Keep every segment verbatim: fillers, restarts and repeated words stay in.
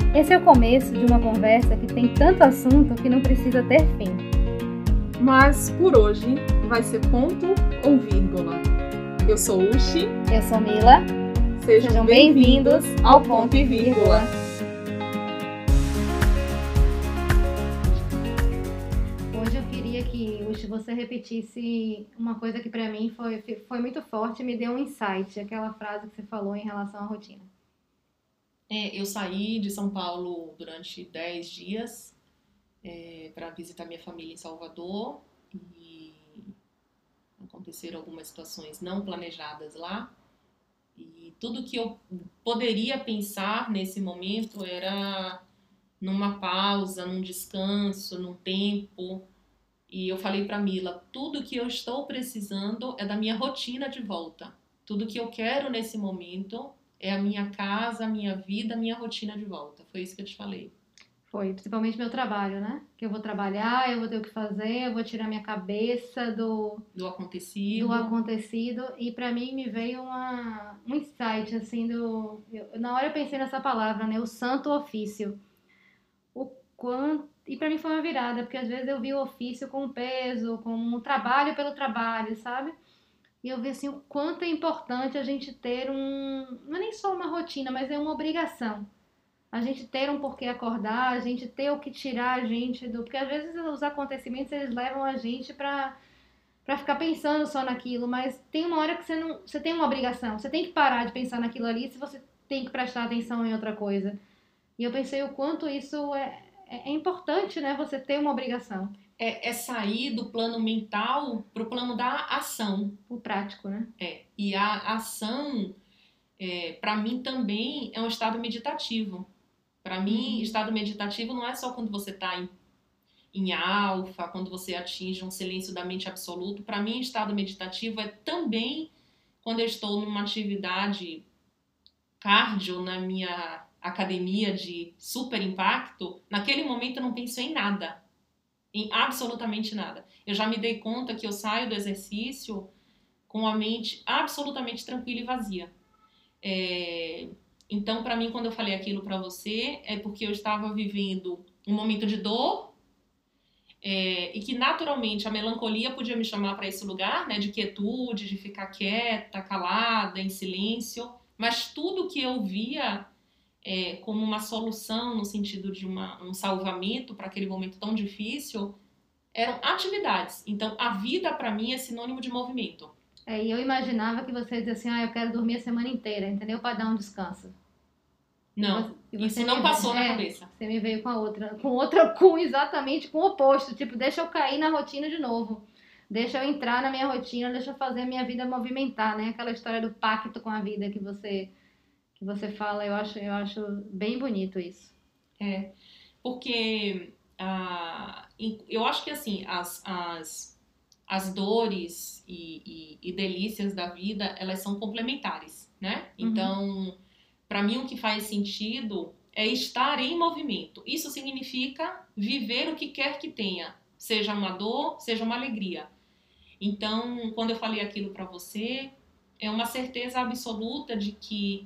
Esse é o começo de uma conversa que tem tanto assunto que não precisa ter fim. Mas, por hoje, vai ser ponto ou vírgula. Eu sou Uchi. Eu sou Mila. Sejam, Sejam bem-vindos bem-vindos ao Ponto e Vírgula. Hoje eu queria que, Uchi, você repetisse uma coisa que pra mim foi, foi muito forte e me deu um insight. Aquela frase que você falou em relação à rotina. É, eu saí de São Paulo durante dez dias é, para visitar minha família em Salvador e aconteceram algumas situações não planejadas lá e tudo que eu poderia pensar nesse momento era numa pausa, num descanso, num tempo. E eu falei para Mila, tudo que eu estou precisando é da minha rotina de volta. Tudo que eu quero nesse momento é a minha casa, a minha vida, a minha rotina de volta. Foi isso que eu te falei. Foi, principalmente meu trabalho, né? Que eu vou trabalhar, eu vou ter o que fazer, eu vou tirar minha cabeça do, Do acontecido. do acontecido. E pra mim me veio uma, um insight, assim, do... Eu, na hora eu pensei nessa palavra, né? O santo ofício. O quanto... E pra mim foi uma virada, porque às vezes eu vi o ofício com peso, com um trabalho pelo trabalho, sabe? E eu vi assim o quanto é importante a gente ter um... Não é nem só uma rotina, mas é uma obrigação. A gente ter um porquê acordar, a gente ter o que tirar a gente do... Porque às vezes os acontecimentos, eles levam a gente pra, pra ficar pensando só naquilo, mas tem uma hora que você não... Você tem uma obrigação, você tem que parar de pensar naquilo ali se você tem que prestar atenção em outra coisa. E eu pensei o quanto isso é, é, é importante, né? Você ter uma obrigação. É, é sair do plano mental pro plano da ação. O prático, né? É. E a ação, é, para mim também é um estado meditativo. Para mim, Uhum. estado meditativo não é só quando você está em, em alfa, quando você atinge um silêncio da mente absoluto. Para mim, estado meditativo é também quando eu estou numa atividade cardio na minha academia de super impacto. Naquele momento eu não penso em nada, em absolutamente nada. Eu já me dei conta que eu saio do exercício com a mente absolutamente tranquila e vazia. É... Então, para mim, quando eu falei aquilo para você, é porque eu estava vivendo um momento de dor é, e que, naturalmente, a melancolia podia me chamar para esse lugar, né, de quietude, de ficar quieta, calada, em silêncio. Mas tudo que eu via é, como uma solução, no sentido de uma, um salvamento para aquele momento tão difícil, eram atividades. Então, a vida, para mim, é sinônimo de movimento. É, e eu imaginava que você dizia assim, ah, eu quero dormir a semana inteira, entendeu? Para dar um descanso. Não, E você isso não me- passou na é, cabeça. Você me veio com a outra, com outra, com exatamente com o oposto. Tipo, deixa eu cair na rotina de novo. Deixa eu entrar na minha rotina, deixa eu fazer a minha vida movimentar, né? Aquela história do pacto com a vida que você, que você fala, eu acho, eu acho bem bonito isso. É, porque ah, em- eu acho que assim, as, as, as dores e, e, e delícias da vida, elas são complementares, né? Uhum. Então, para mim o que faz sentido é estar em movimento. Isso significa viver o que quer que tenha, seja uma dor, seja uma alegria. Então, quando eu falei aquilo para você, é uma certeza absoluta de que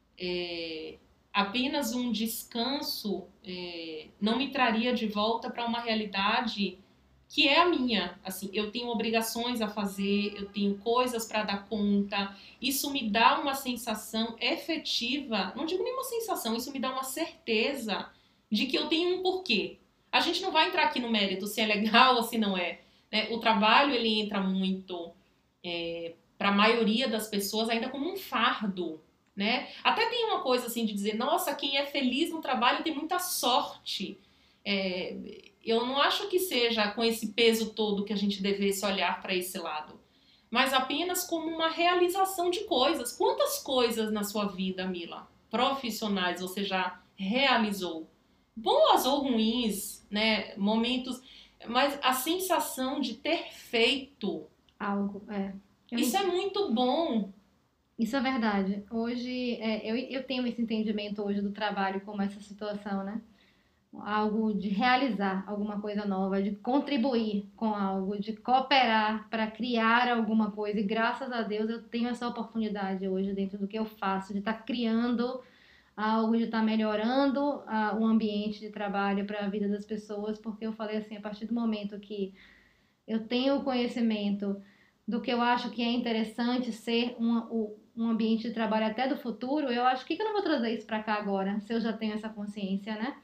é, apenas um descanso é, não me traria de volta para uma realidade que é a minha. Assim, eu tenho obrigações a fazer, eu tenho coisas para dar conta. Isso me dá uma sensação efetiva, não digo nenhuma sensação, isso me dá uma certeza de que eu tenho um porquê. A gente não vai entrar aqui no mérito se é legal ou se não é, né? O trabalho, ele entra muito, é, para a maioria das pessoas, ainda como um fardo, né? Até tem uma coisa assim de dizer, nossa, quem é feliz no trabalho tem muita sorte. É, eu não acho que seja com esse peso todo que a gente devesse olhar para esse lado, mas apenas como uma realização de coisas. Quantas coisas na sua vida, Mila, profissionais, você já realizou? Boas ou ruins, né? Momentos, mas a sensação de ter feito, Algo, é. Eu isso é muito bom. Isso é verdade. Hoje, é, eu, eu tenho esse entendimento hoje do trabalho como essa situação, né? Algo de realizar alguma coisa nova, de contribuir com algo, de cooperar para criar alguma coisa. E graças a Deus eu tenho essa oportunidade hoje dentro do que eu faço, de estar criando algo, de estar melhorando a, o ambiente de trabalho para a vida das pessoas, porque eu falei assim, a partir do momento que eu tenho o conhecimento do que eu acho que é interessante ser um, um ambiente de trabalho até do futuro, eu acho que, que eu não vou trazer isso para cá agora, se eu já tenho essa consciência, né?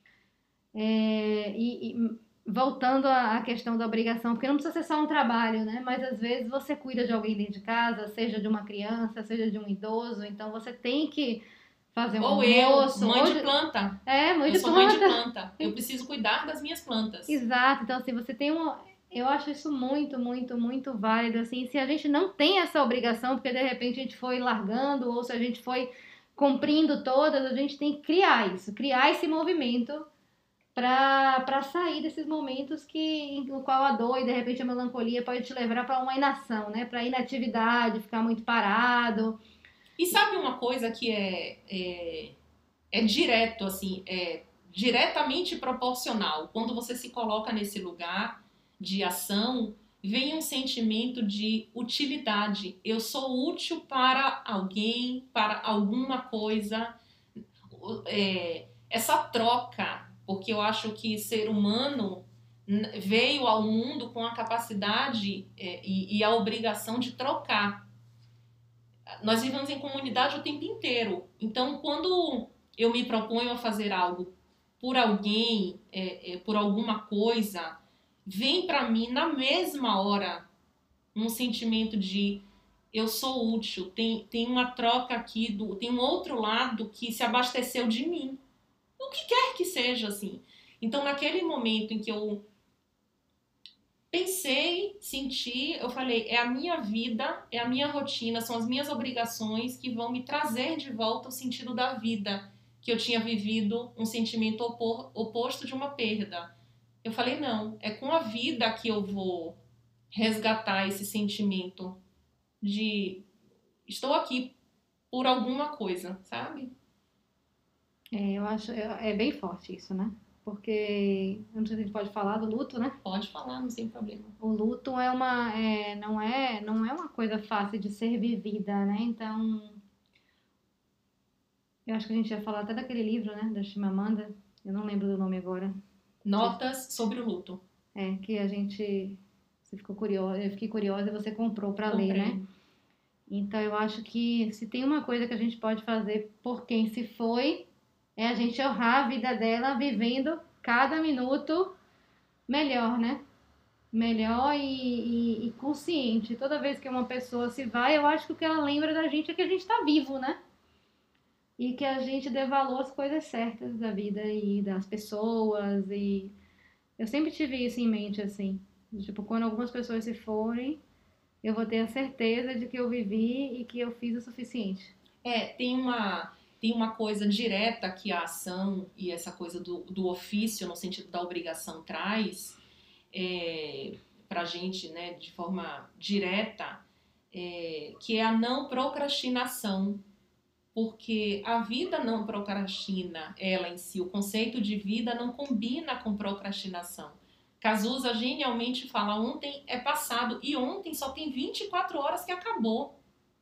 É, e, e voltando à questão da obrigação, porque não precisa ser só um trabalho, né? Mas às vezes você cuida de alguém dentro de casa, seja de uma criança, seja de um idoso, então você tem que fazer um Ou almoço. eu, mãe ou de planta. É, mãe eu de sou planta. mãe de planta. Eu preciso cuidar das minhas plantas. Exato. Então, assim, você tem um... Eu acho isso muito, muito, muito válido, assim. Se a gente não tem essa obrigação, porque de repente a gente foi largando, ou se a gente foi cumprindo todas, a gente tem que criar isso, criar esse movimento para sair desses momentos que, em o qual a dor e de repente a melancolia pode te levar para uma inação, né? Para inatividade, ficar muito parado. E sabe uma coisa que é, é, é direto, assim, é diretamente proporcional. Quando você se coloca nesse lugar de ação, vem um sentimento de utilidade. Eu sou útil para alguém, para alguma coisa. É, essa troca, porque eu acho que ser humano veio ao mundo com a capacidade é, e, e a obrigação de trocar. Nós vivemos em comunidade o tempo inteiro. Então, quando eu me proponho a fazer algo por alguém, é, é, por alguma coisa, vem para mim na mesma hora um sentimento de eu sou útil, tem, tem uma troca aqui, do, tem um outro lado que se abasteceu de mim. O que quer que seja, assim. Então, naquele momento em que eu pensei, senti, eu falei, é a minha vida, é a minha rotina, são as minhas obrigações que vão me trazer de volta o sentido da vida, que eu tinha vivido um sentimento opor, oposto de uma perda. Eu falei, não, é com a vida que eu vou resgatar esse sentimento de estou aqui por alguma coisa, sabe? É, eu acho, é, é bem forte isso, né? Porque, eu não sei se a gente pode falar do luto, né? Pode falar, não tem problema. O luto é uma, é, não é, não é uma coisa fácil de ser vivida, né? Então, eu acho que a gente ia falar até daquele livro, né? Da Chimamanda, eu não lembro do nome agora. Notas sobre o luto. É, que a gente, você ficou curiosa, eu fiquei curiosa e você comprou para ler, Comprei. né? Então, eu acho que se tem uma coisa que a gente pode fazer por quem se foi, é a gente honrar a vida dela vivendo cada minuto melhor, né? Melhor e, e, e consciente. Toda vez que uma pessoa se vai, eu acho que o que ela lembra da gente é que a gente tá vivo, né? E que a gente dê valor às coisas certas da vida e das pessoas. E eu sempre tive isso em mente, assim. Tipo, quando algumas pessoas se forem, eu vou ter a certeza de que eu vivi e que eu fiz o suficiente. É, tem uma, tem uma coisa direta que a ação e essa coisa do, do ofício, no sentido da obrigação, traz é, pra gente, né, de forma direta, é, que é a não procrastinação. Porque a vida não procrastina, ela em si, o conceito de vida não combina com procrastinação. Cazuza genialmente fala, ontem é passado, e ontem só tem vinte e quatro horas que acabou.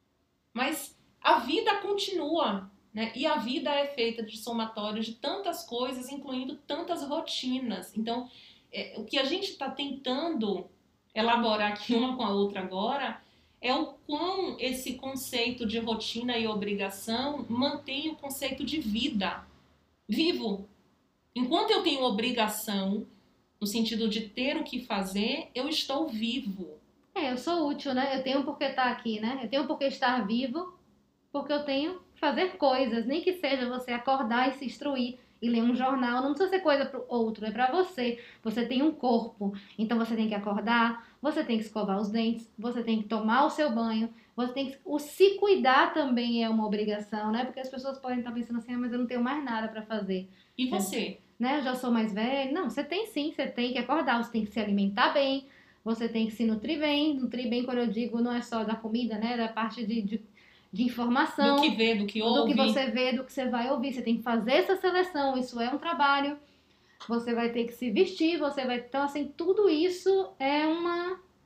Mas a vida continua, né? E a vida é feita de somatórios de tantas coisas, incluindo tantas rotinas. Então, é, o que a gente está tentando elaborar aqui uma com a outra agora é o quão esse conceito de rotina e obrigação mantém o conceito de vida vivo. Enquanto eu tenho obrigação, no sentido de ter o que fazer, eu estou vivo. É, eu sou útil, né? Eu tenho por que estar aqui, né? Eu tenho por que estar vivo, porque eu tenho que fazer coisas, nem que seja você acordar e se instruir e ler um jornal, não precisa ser coisa para o outro, é para você. Você tem um corpo, então você tem que acordar, você tem que escovar os dentes, você tem que tomar o seu banho, você tem que... O se cuidar também é uma obrigação, né? Porque as pessoas podem estar pensando assim, ah, mas eu não tenho mais nada para fazer. E você? É, né? Eu já sou mais velha. Não, você tem sim, você tem que acordar, você tem que se alimentar bem, você tem que se nutrir bem. Nutrir bem, quando eu digo, não é só da comida, né? Da parte de... de de informação, do que vê, do que ouve, do que você vê, do que você vai ouvir. Você tem que fazer essa seleção, isso é um trabalho. Você vai ter que se vestir, você vai... Então, assim, tudo isso é uma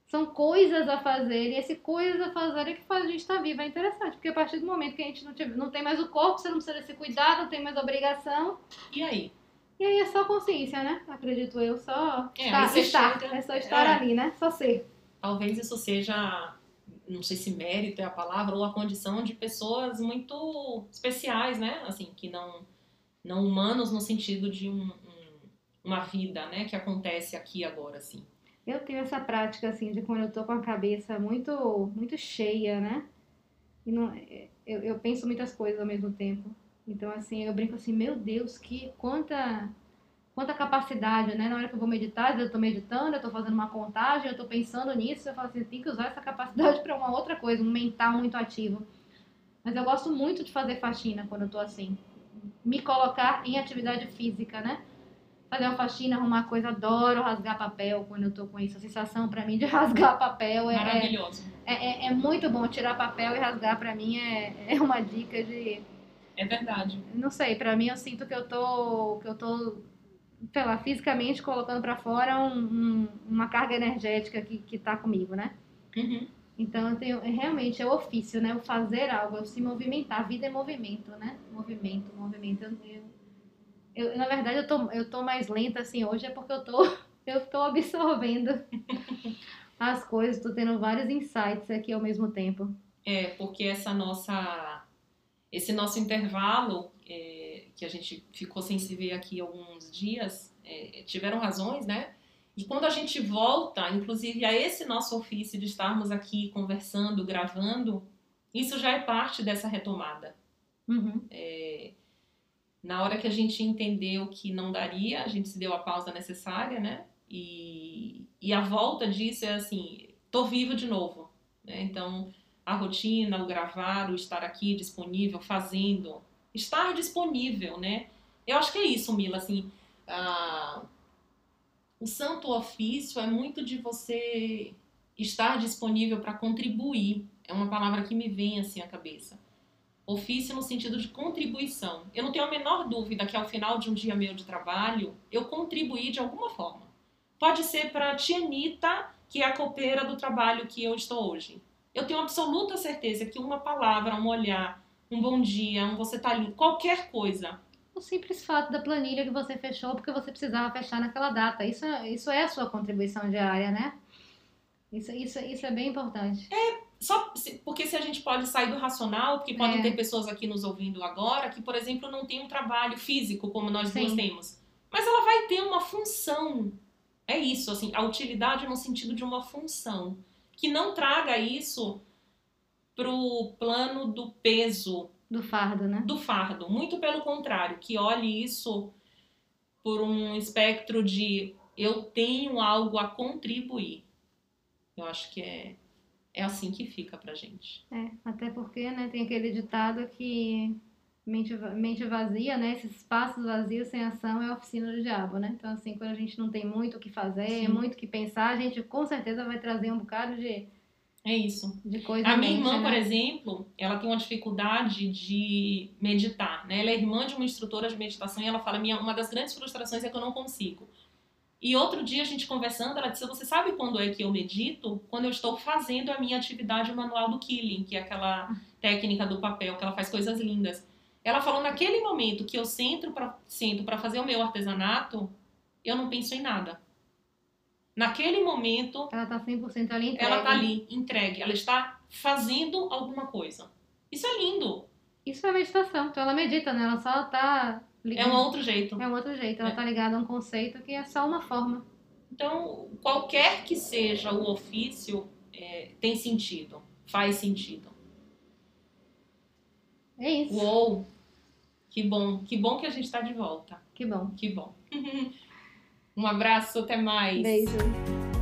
São coisas a fazer, e esse coisas a fazer é que faz a gente estar viva. É interessante, porque a partir do momento que a gente não, tiver, não tem mais o corpo, você não precisa se cuidar, não tem mais obrigação. E aí? E aí é só consciência, né? Acredito eu, só É, estar, aí você estar. chega- É só estar é. ali, né? Só ser. Talvez isso seja, não sei se mérito é a palavra, ou a condição de pessoas muito especiais, né? Assim, que não, não humanos no sentido de um, um- uma vida, né? Que acontece aqui agora, assim. Eu tenho essa prática, assim, de quando eu tô com a cabeça muito, muito cheia, né? E não, eu, eu penso muitas coisas ao mesmo tempo. Então, assim, eu brinco assim, meu Deus, que quanta, quanta capacidade, né? Na hora que eu vou meditar, eu tô meditando, eu tô fazendo uma contagem, eu tô pensando nisso, eu falo assim, tem que usar essa capacidade para uma outra coisa, um mental muito ativo. Mas eu gosto muito de fazer faxina quando eu tô assim. Me colocar em atividade física, né? Fazer uma faxina, arrumar coisa, adoro rasgar papel quando eu tô com isso. A sensação pra mim de rasgar papel é, é, Maravilhoso. é, é- é muito bom. Tirar papel e rasgar pra mim é, é uma dica de... É verdade. Não sei, pra mim eu sinto que eu tô, que eu tô, sei lá, fisicamente colocando pra fora um- um- uma carga energética que, que tá comigo, né? Uhum. Então eu tenho, realmente é o ofício, né? O fazer algo, o se movimentar. A vida é movimento, né? Movimento, movimento. Eu, eu- eu, na verdade, eu tô, eu tô mais lenta assim hoje, é porque eu tô, eu tô absorvendo as coisas, tô tendo vários insights aqui ao mesmo tempo. É, porque essa nossa, esse nosso intervalo, é, que a gente ficou sem se ver aqui alguns dias, é, tiveram razões, né? E quando a gente volta, inclusive, a esse nosso ofício de estarmos aqui conversando, gravando, isso já é parte dessa retomada. Uhum. Na hora que a gente entendeu que não daria, a gente se deu a pausa necessária, né? E, e a volta disso é assim, tô vivo de novo, né? Então, a rotina, o gravar, o estar aqui disponível, fazendo, estar disponível, né? Eu acho que é isso, Mila, assim, ah, o santo ofício é muito de você estar disponível para contribuir. É uma palavra que me vem assim à cabeça. Ofício no sentido de contribuição. Eu não tenho a menor dúvida que ao final de um dia meu de trabalho, eu contribuí de alguma forma. Pode ser para a tia Anitta, que é a copeira do trabalho que eu estou hoje. Eu tenho absoluta certeza que uma palavra, um olhar, um bom dia, um você tá lindo, qualquer coisa. O simples fato da planilha que você fechou porque você precisava fechar naquela data. Isso, é- isso é a sua contribuição diária, né? Isso, isso, isso é bem importante. Só se- porque se a gente pode sair do racional, porque podem É. ter pessoas aqui nos ouvindo agora que, por exemplo, não tem um trabalho físico como nós Sim. duas temos. Mas ela vai ter uma função. É isso, assim, a utilidade no sentido de uma função. Que não traga isso pro plano do peso, Do fardo, né? do fardo. Muito pelo contrário, que olhe isso por um espectro de eu tenho algo a contribuir. Eu acho que é, é assim que fica pra gente. É, até porque, né, tem aquele ditado que mente, va- mente vazia, né, esses espaços vazios sem ação é a oficina do diabo, né? Então, assim, quando a gente não tem muito o que fazer, Sim. muito o que pensar, a gente com certeza vai trazer um bocado de, É isso. de coisa A à minha mente, irmã, né? por exemplo, ela tem uma dificuldade de meditar, né? Ela é irmã de uma instrutora de meditação e ela fala, minha, uma das grandes frustrações é que eu não consigo. E outro dia a gente conversando, ela disse, você sabe quando é que eu medito? Quando eu estou fazendo a minha atividade manual do Killing, que é aquela técnica do papel, que ela faz coisas lindas. Ela falou, naquele momento que eu sento para sento para fazer o meu artesanato, eu não penso em nada. Naquele momento, Ela tá cem por cento ali entregue. ela tá ali, entregue. Ela está fazendo alguma coisa. Isso é lindo. Isso é meditação. Então ela medita, né? Ela só tá É ligada. um outro jeito. É um outro jeito. Ela É. tá ligada a um conceito que é só uma forma. Então, qualquer que seja o ofício, é, tem sentido. Faz sentido. É isso. Uou! Que bom. Que bom que a gente está de volta. Que bom. Que bom. Um abraço, até mais. Beijo.